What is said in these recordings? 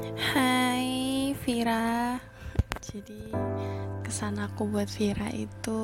Hai Vira. Jadi kesan aku buat Vira itu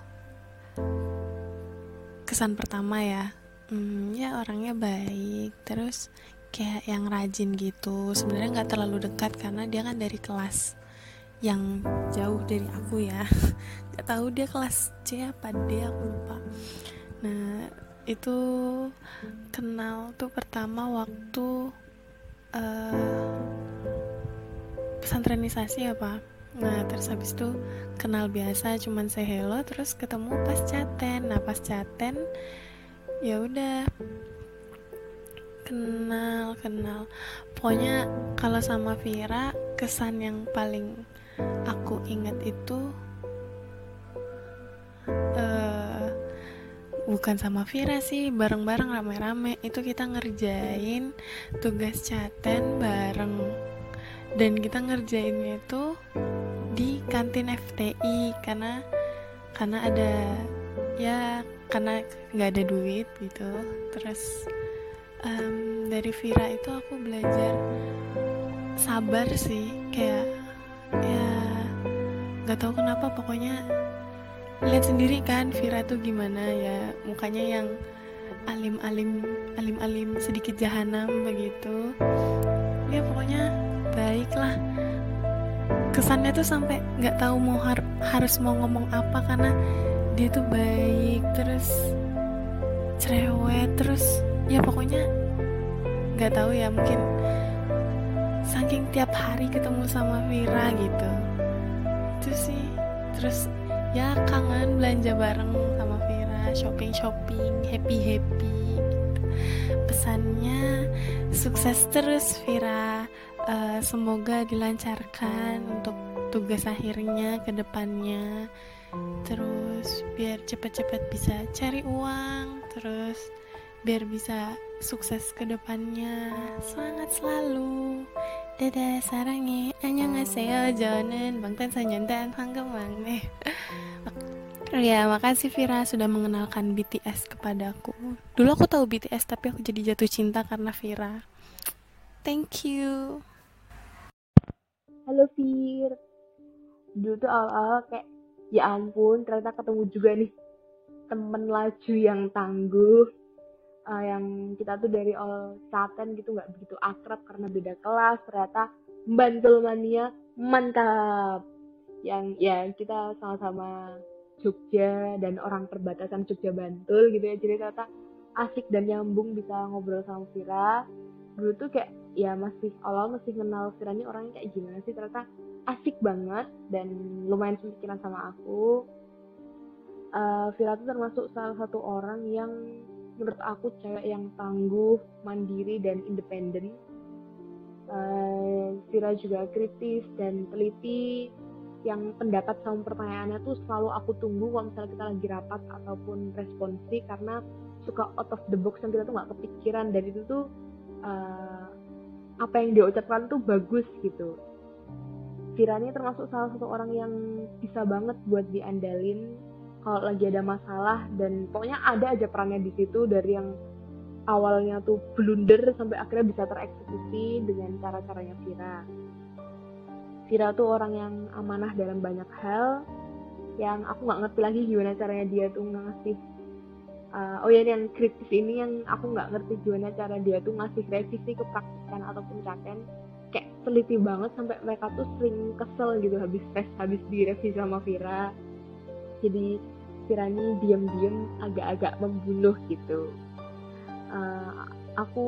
kesan pertama ya. Ya orangnya baik, terus kayak yang rajin gitu. Sebenarnya nggak terlalu dekat karena dia kan dari kelas yang jauh dari aku ya. Gak tahu dia kelas C apa D, aku lupa. Nah itu kenal tuh pertama waktu eh, pesantrenisasi apa. Nah terus habis itu kenal biasa, cuman say hello, terus ketemu pas chaten. Nah pas chaten ya udah kenal pokoknya. Kalau sama Vira, kesan yang paling aku ingat itu eh bukan sama Vira sih, bareng-bareng rame-rame itu kita ngerjain tugas chaten bareng. Dan kita ngerjainnya itu di kantin FTI karena ada, ya karena nggak ada duit gitu. Terus dari Vira itu aku belajar sabar sih, kayak ya nggak tahu kenapa, pokoknya lihat sendiri kan Vira tuh gimana ya, mukanya yang alim-alim sedikit jahanam begitu. Ya pokoknya baik lah. Kesannya tuh sampai nggak tahu harus mau ngomong apa karena dia tuh baik, terus cerewet, terus ya pokoknya nggak tahu ya, mungkin saking tiap hari ketemu sama Vira gitu itu sih. Terus ya kangen belanja bareng sama Vira, shopping happy gitu. Pesannya sukses terus Vira. Semoga dilancarkan untuk tugas akhirnya ke depannya, terus biar cepet-cepet bisa cari uang, terus biar bisa sukses ke depannya. Semangat selalu. Dadah sarange. Annyeonghaseyo. Jonen Bangtan Sanyeondan Hanggemang nih. Ya, makasih Vira sudah mengenalkan BTS kepadaku. Dulu aku tahu BTS tapi aku jadi jatuh cinta karena Vira. Thank you. Halo Fir, dulu tuh awal-awal kayak ya ampun ternyata ketemu juga nih temen laju yang tangguh. Yang kita tuh dari all caten gitu nggak begitu akrab karena beda kelas, ternyata Bantul mania mantap. Yang ya kita sama-sama Jogja dan orang perbatasan Jogja Bantul gitu ya, jadi ternyata asik dan nyambung bisa ngobrol sama Vira. Dulu tuh kayak ya masih awal masih kenal Vira ini orangnya kayak gimana sih, ternyata asik banget dan lumayan semikiran sama aku. Vira tuh termasuk salah satu orang yang menurut aku cewek yang tangguh, mandiri dan independen. Vira juga kritis dan teliti, yang pendapat sama pertanyaannya tuh selalu aku tunggu kalau misalnya kita lagi rapat ataupun responsi, karena suka out of the box yang kita tuh nggak kepikiran, dan itu tuh uh, apa yang dia ucapkan tuh bagus gitu. Vira ini termasuk salah satu orang yang bisa banget buat diandalin kalau lagi ada masalah, dan pokoknya ada aja perannya di situ, dari yang awalnya tuh blunder sampai akhirnya bisa tereksekusi dengan cara-caranya Vira. Vira tuh orang yang amanah dalam banyak hal, yang aku nggak ngerti lagi gimana caranya dia tuh ngasih oh ya, yang kritis ini yang aku nggak ngerti gimana cara dia tuh ngasih revisi ke praktikan ataupun caten, kayak teliti banget sampai mereka tuh sering kesel gitu habis tes, habis direvisi sama Vira. Jadi Vira ini diam-diam agak-agak membunuh gitu. Aku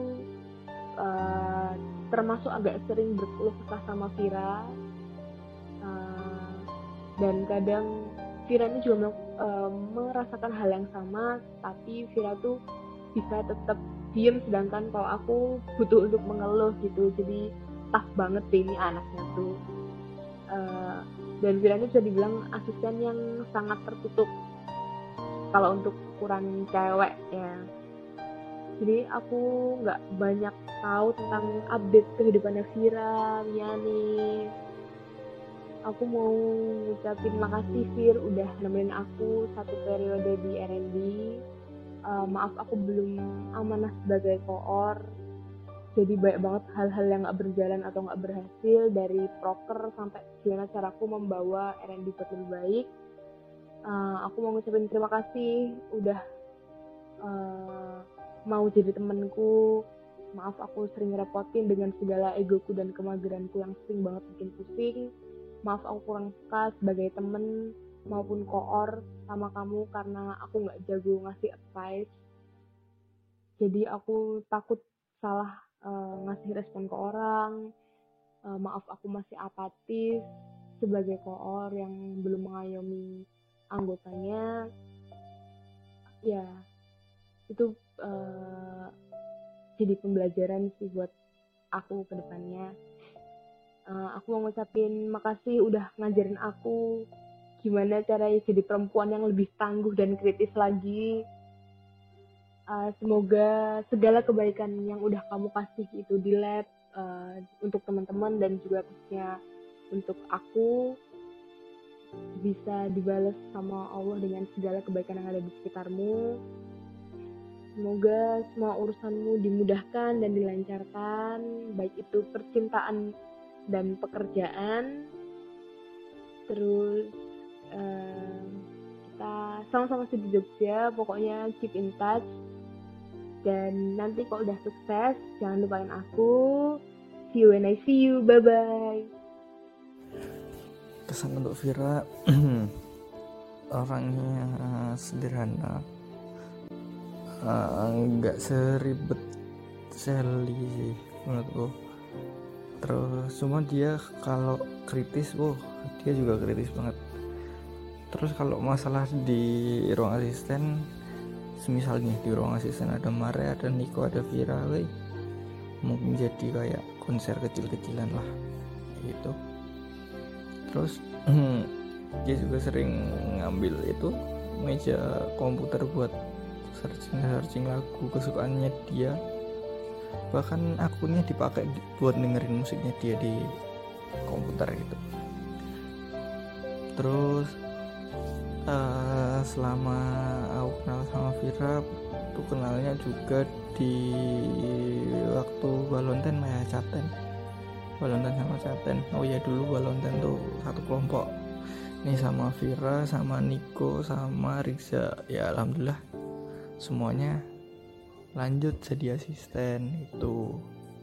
uh, termasuk agak sering berkeluh kesah sama Vira, uh, dan kadang Vira ini juga merasakan hal yang sama, tapi Vira tuh bisa tetap diem, sedangkan kalau aku butuh untuk mengeluh gitu. Jadi tough banget deh ini anaknya tuh. Uh, dan Vira ini bisa dibilang asisten yang sangat tertutup kalau untuk ukuran cewek ya. Jadi aku nggak banyak tahu tentang update kehidupannya Vira, Miani. Aku mau ngucapin makasih Vir udah nemenin aku satu periode di R&D. Maaf aku belum amanah sebagai koor. Jadi banyak banget hal-hal yang gak berjalan atau gak berhasil, dari proker sampai gimana caraku membawa R&D buat lebih baik. Aku mau ngucapin terima kasih udah mau jadi temenku. Maaf aku sering repotin dengan segala egoku dan kemageranku yang sering banget bikin pusing. Maaf aku kurang peka sebagai temen maupun koor sama kamu karena aku gak jago ngasih advice. Jadi aku takut salah ngasih respon ke orang. Maaf aku masih apatis sebagai koor yang belum mengayomi anggotanya. Ya, itu jadi pembelajaran sih buat aku ke depannya. Aku mau ngucapin makasih udah ngajarin aku gimana caranya jadi perempuan yang lebih tangguh dan kritis lagi. Semoga segala kebaikan yang udah kamu kasih itu di lab untuk teman-teman dan juga khususnya untuk aku bisa dibalas sama Allah dengan segala kebaikan yang ada di sekitarmu. Semoga semua urusanmu dimudahkan dan dilancarkan, baik itu percintaan dan pekerjaan. Terus kita sama-sama di Jogja, pokoknya keep in touch. Dan nanti kalau udah sukses, jangan lupain aku. See you when I see you. Bye-bye. Kesan untuk Vira, orangnya sederhana, nggak seribet Sally sih menurutku. Terus cuma dia kalau kritis, dia juga kritis banget. Terus kalau masalah di ruang asisten, semisal nih di ruang asisten ada Mare, ada Niko, ada Vira, mungkin jadi kayak konser kecil-kecilan lah gitu. Terus dia juga sering ngambil itu meja komputer buat searching lagu kesukaannya dia, bahkan akunnya dipakai buat dengerin musiknya dia di komputer gitu. Terus selama aku kenal sama Vira tuh kenalnya juga di waktu Valentine Maya Caten, Valentine sama Caten. Oh ya, dulu Valentine tuh satu kelompok nih sama Vira, sama Niko, sama Riza. Ya alhamdulillah semuanya lanjut jadi asisten itu.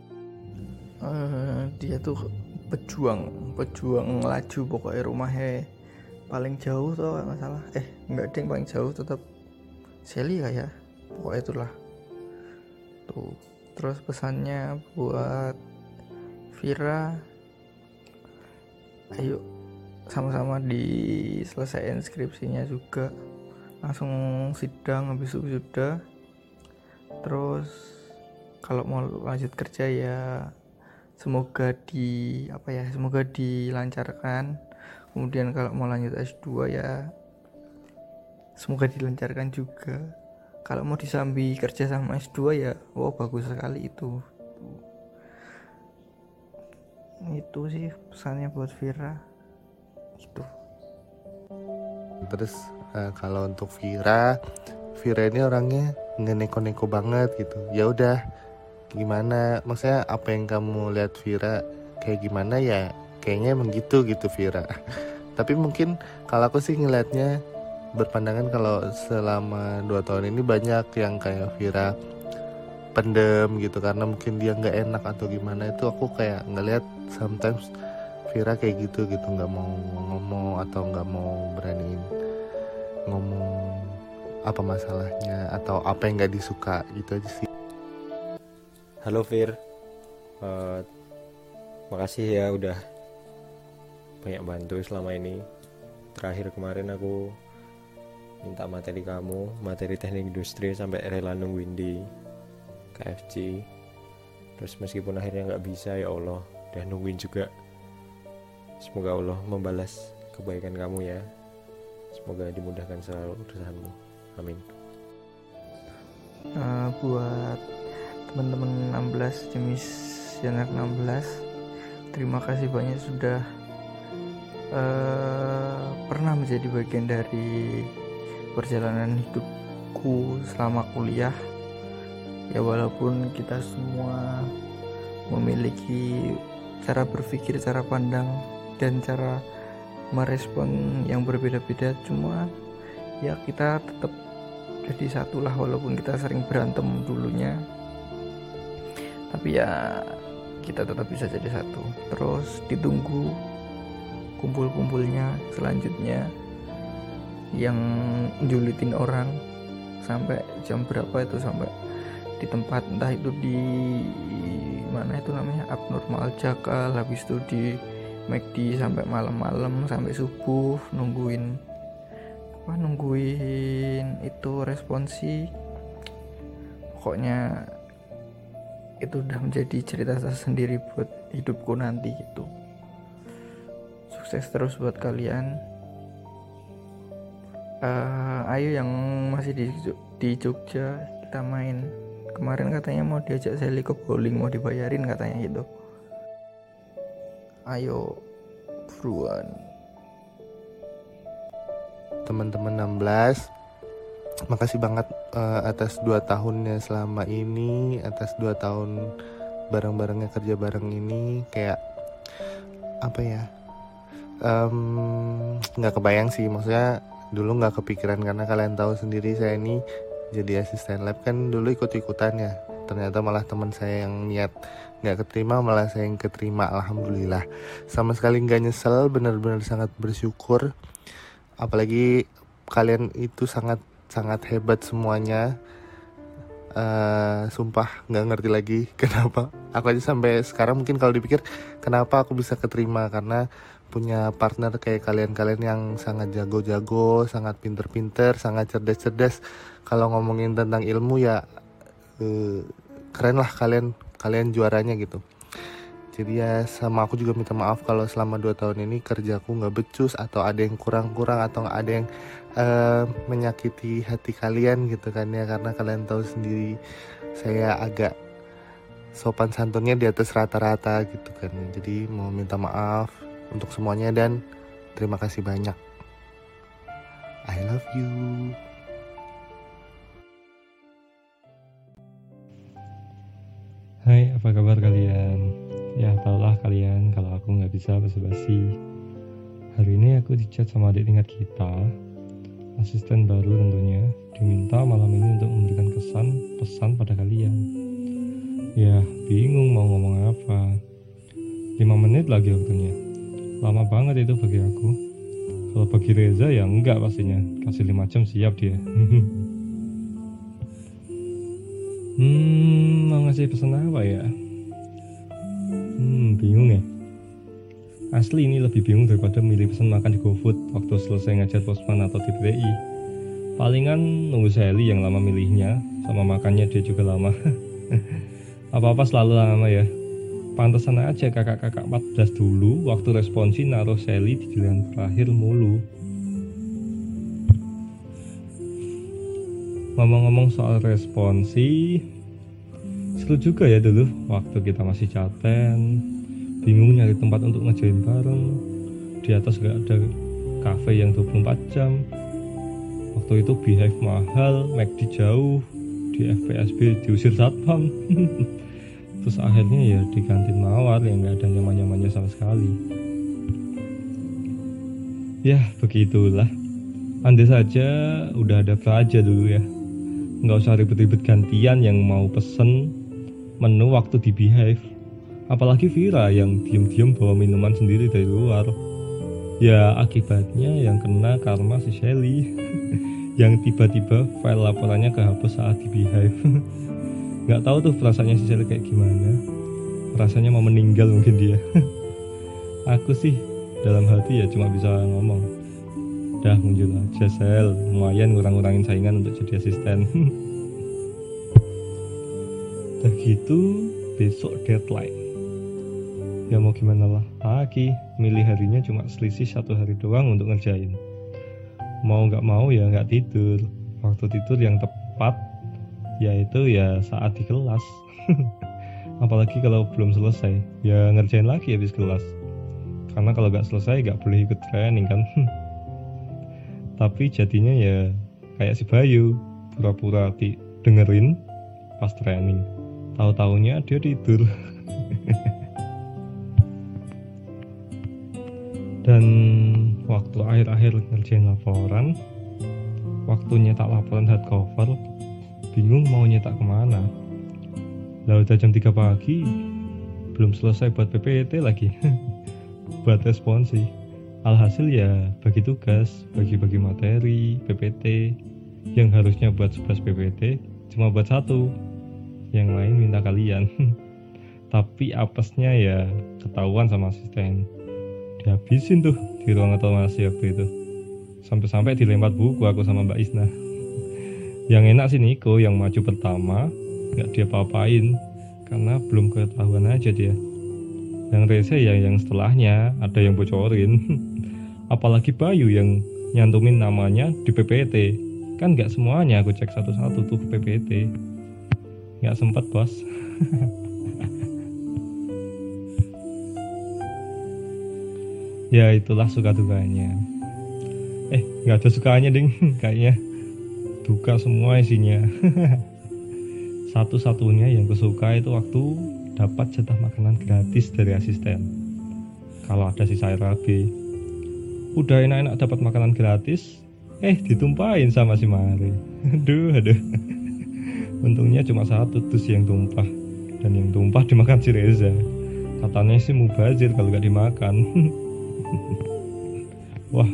Dia tuh pejuang laju pokoknya. Rumahnya paling jauh tuh nggak salah, nggak ding, paling jauh tetap Sally kayak, pokoknya itulah tuh. Terus pesannya buat Vira, ayo sama-sama diselesaikan skripsinya juga, langsung sidang habis itu sudah. Terus kalau mau lanjut kerja ya semoga dilancarkan. Kemudian kalau mau lanjut S2 ya semoga dilancarkan juga. Kalau mau disambi kerja sama S2 ya bagus sekali itu. Itu sih pesannya buat Vira gitu. Terus kalau untuk Vira ini orangnya nggak neko-neko banget gitu. Ya udah, gimana, maksudnya apa yang kamu lihat Vira kayak gimana ya kayaknya emang gitu Vira. Tapi mungkin kalau aku sih ngelihatnya berpandangan kalau selama 2 tahun ini banyak yang kayak Vira pendem gitu karena mungkin dia nggak enak atau gimana. Itu aku kayak ngelihat sometimes Vira kayak gitu nggak mau ngomong atau nggak mau beraniin ngomong apa masalahnya atau apa yang nggak disuka gitu aja sih. Halo Vir, makasih ya udah banyak bantu selama ini. Terakhir kemarin aku minta materi kamu, materi teknik industri, sampai rela nungguin di KFC. Terus meskipun akhirnya gak bisa, ya Allah udah nungguin juga. Semoga Allah membalas kebaikan kamu ya. Semoga dimudahkan selalu urusanmu, amin. Buat teman-teman 16 jenis Janak 16, terima kasih banyak sudah pernah menjadi bagian dari perjalanan hidupku selama kuliah. Ya walaupun kita semua memiliki cara berpikir, cara pandang, dan cara merespon yang berbeda-beda. Cuma ya kita tetap jadi satu lah, walaupun kita sering berantem dulunya, tapi ya kita tetap bisa jadi satu. Terus ditunggu kumpul-kumpulnya selanjutnya yang julitin orang sampai jam berapa itu, sampai di tempat entah itu di mana itu namanya Abnormal Jakal, habis itu di McD sampai malam-malam sampai subuh nungguin itu responsi. Pokoknya itu udah menjadi cerita tersendiri buat hidupku nanti gitu. Sukses terus buat kalian. Ayo yang masih di Jogja kita main. Kemarin katanya mau diajak Sally ke bowling, mau dibayarin katanya gitu. Ayo buruan. Teman-teman 16, makasih banget atas 2 tahunnya selama ini, atas 2 tahun bareng-barengnya kerja bareng ini. Kayak apa ya, nggak kebayang sih, maksudnya dulu nggak kepikiran, karena kalian tahu sendiri saya ini jadi asisten lab kan dulu ikut-ikutan ya. Ternyata malah teman saya yang niat nggak keterima, malah saya yang keterima. Alhamdulillah, sama sekali nggak nyesel, benar-benar sangat bersyukur. Apalagi kalian itu sangat hebat semuanya. Sumpah nggak ngerti lagi kenapa aku aja sampai sekarang, mungkin kalau dipikir kenapa aku bisa keterima, karena punya partner kayak kalian yang sangat jago-jago, sangat pinter-pinter, sangat cerdas-cerdas. Kalau ngomongin tentang ilmu ya keren lah kalian juaranya gitu. Jadi ya sama aku juga minta maaf kalau selama 2 tahun ini kerjaku gak becus, atau ada yang kurang-kurang, atau ada yang menyakiti hati kalian gitu kan ya. Karena kalian tahu sendiri saya agak sopan santunnya di atas rata-rata gitu kan. Jadi mau minta maaf untuk semuanya dan terima kasih banyak. I love you. Hai, apa kabar kalian? Ya, tahulah kalian kalau aku nggak bisa basa-basi. Hari ini aku dicat sama adik tingkat kita, asisten baru tentunya, diminta malam ini untuk memberikan pesan pada kalian. Ya, bingung mau ngomong apa. 5 menit lagi waktunya. Lama banget itu bagi aku. Kalau bagi Reza ya enggak pastinya. Kasih 5 jam siap dia. Mau ngasih pesan apa ya? Bingung ya. Asli ini lebih bingung daripada milih pesan makan di GoFood waktu selesai ngajar pospan atau di PTI. Palingan nunggu Sally yang lama milihnya, sama makannya dia juga lama. Apa-apa selalu lama ya. Pantesan aja kakak-kakak 14 dulu waktu responsi naruh Sally di giliran terakhir mulu. Ngomong-ngomong soal responsi, seru juga ya dulu waktu kita masih caten, bingung nyari tempat untuk ngejoin bareng. Di atas gak ada cafe yang 24 jam. Waktu itu Beehive mahal, McD jauh, di FPSB diusir satpam. Terus akhirnya ya di kantin mawar yang gak ada nyaman-nyamannya sama sekali. Ya begitulah. Andai saja udah ada Praja dulu ya, nggak usah ribet-ribet gantian yang mau pesen menu waktu di Beehive. Apalagi Vira yang diam-diam bawa minuman sendiri dari luar. Ya akibatnya yang kena karma si Shelly yang tiba-tiba file laporannya kehapus saat di Beehive. Nggak tahu tuh perasaannya si Shelly kayak gimana. Rasanya mau meninggal mungkin dia. Aku sih dalam hati ya cuma bisa ngomong, dah muncul aja Sel, lumayan ngurang-ngurangin saingan untuk jadi asisten. Udah gitu besok deadline. Ya mau gimana lagi, milih harinya cuma selisih 1 hari doang untuk ngerjain. Mau gak mau ya gak tidur. Waktu tidur yang tepat yaitu ya saat di kelas. Apalagi kalau belum selesai, ya ngerjain lagi habis kelas. Karena kalau gak selesai gak boleh ikut training kan. Tapi jadinya ya kayak si Bayu, pura-pura dengerin pas training, tahu-taunya dia tidur. Dan waktu akhir-akhir ngerjain laporan, waktu nyetak laporan hardcover, bingung mau nyetak kemana. Lah udah jam 3 pagi, belum selesai buat PPT lagi. Buat responsi. Alhasil ya bagi tugas, bagi-bagi materi, PPT. Yang harusnya buat 11 PPT, cuma buat 1. Yang lain minta kalian. Tapi apesnya ya ketahuan sama asisten. Dihabisin tuh di ruang otomasi waktu itu. Sampai-sampai dilempar buku aku sama Mbak Isna. Yang enak sih Niko yang maju pertama, gak dia apa-apain karena belum ketahuan aja dia. Yang rese ya yang setelahnya ada yang bocorin. Apalagi Bayu yang nyantumin namanya di PPT. Kan gak semuanya aku cek satu-satu tuh PPT. Gak sempet bos. Ya itulah suka dukanya. Gak ada sukanya ding. Kayaknya duka semua isinya. Satu-satunya yang kusuka itu waktu dapat jatah makanan gratis dari asisten. Kalau ada sisa RAB, udah enak-enak dapat makanan gratis, ditumpahin sama si Mari. Aduh. Untungnya cuma 1 dus yang tumpah, dan yang tumpah dimakan si Reza. Katanya sih mubazir kalau gak dimakan. Wah,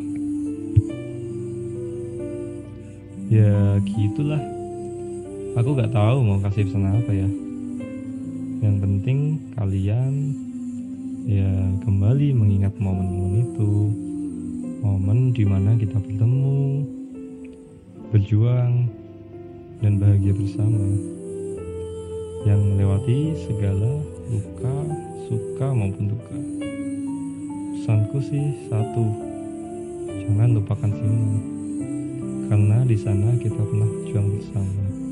ya gitulah. Aku gak tahu mau kasih pesan apa ya. Yang penting kalian ya kembali mengingat momen-momen itu, momen dimana kita bertemu, berjuang, dan bahagia bersama, yang melewati segala luka, suka maupun duka. Pesanku sih 1, jangan lupakan sini, karena di sana kita pernah berjuang bersama.